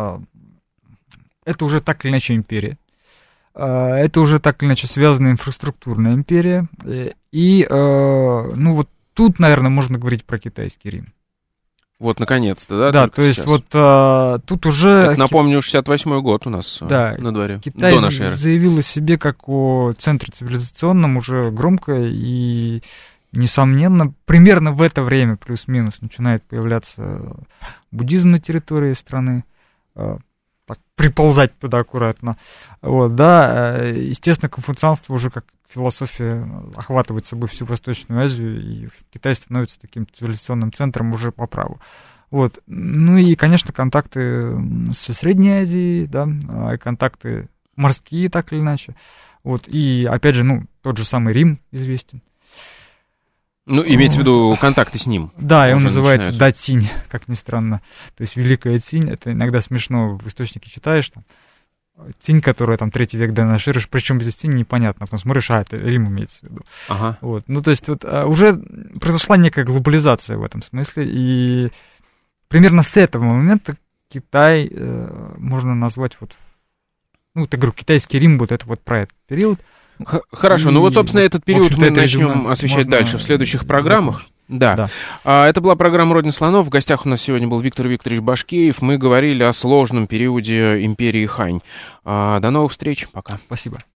это уже так или иначе империя. Это уже так или иначе связанная инфраструктурная империя. И, ну вот тут, наверное, можно говорить про китайский Рим. Вот, наконец-то, да? Да, то есть сейчас. Вот а, тут уже... Это, напомню, шестьдесят восьмой год у нас да, на дворе. Китай заявил о себе как о центре цивилизационном уже громко и... Несомненно, примерно в это время, плюс-минус, начинает появляться буддизм на территории страны, так, приползать туда аккуратно. Вот, да, естественно, конфуцианство уже как философия охватывает собой всю Восточную Азию, и Китай становится таким цивилизационным центром уже по праву. Вот. Ну и, конечно, контакты со Средней Азией, да, контакты морские, так или иначе. Вот. И, опять же, ну, тот же самый Рим известен. Ну, имеется вот. в виду контакты с ним. Да, и он называется Да-Цинь, как ни странно. То есть Великая Цинь, это иногда смешно в источнике читаешь, там, Цинь, которая там третий век до нашей эры, причем здесь Цинь непонятно, потом смотришь, а, это Рим имеется в виду. Ага. Вот. Ну, то есть вот, а, уже произошла некая глобализация в этом смысле, и примерно с этого момента Китай э, можно назвать вот, ну, я говорю, китайский Рим, вот это вот про этот период. Хорошо, и, ну вот, собственно, этот период мы начнем освещать дальше в следующих программах. Закончить. Да. да. А, это была программа «Родина слонов». В гостях у нас сегодня был Виктор Викторович Башкеев. Мы говорили о сложном периоде империи Хань. А, до новых встреч. Пока. Спасибо.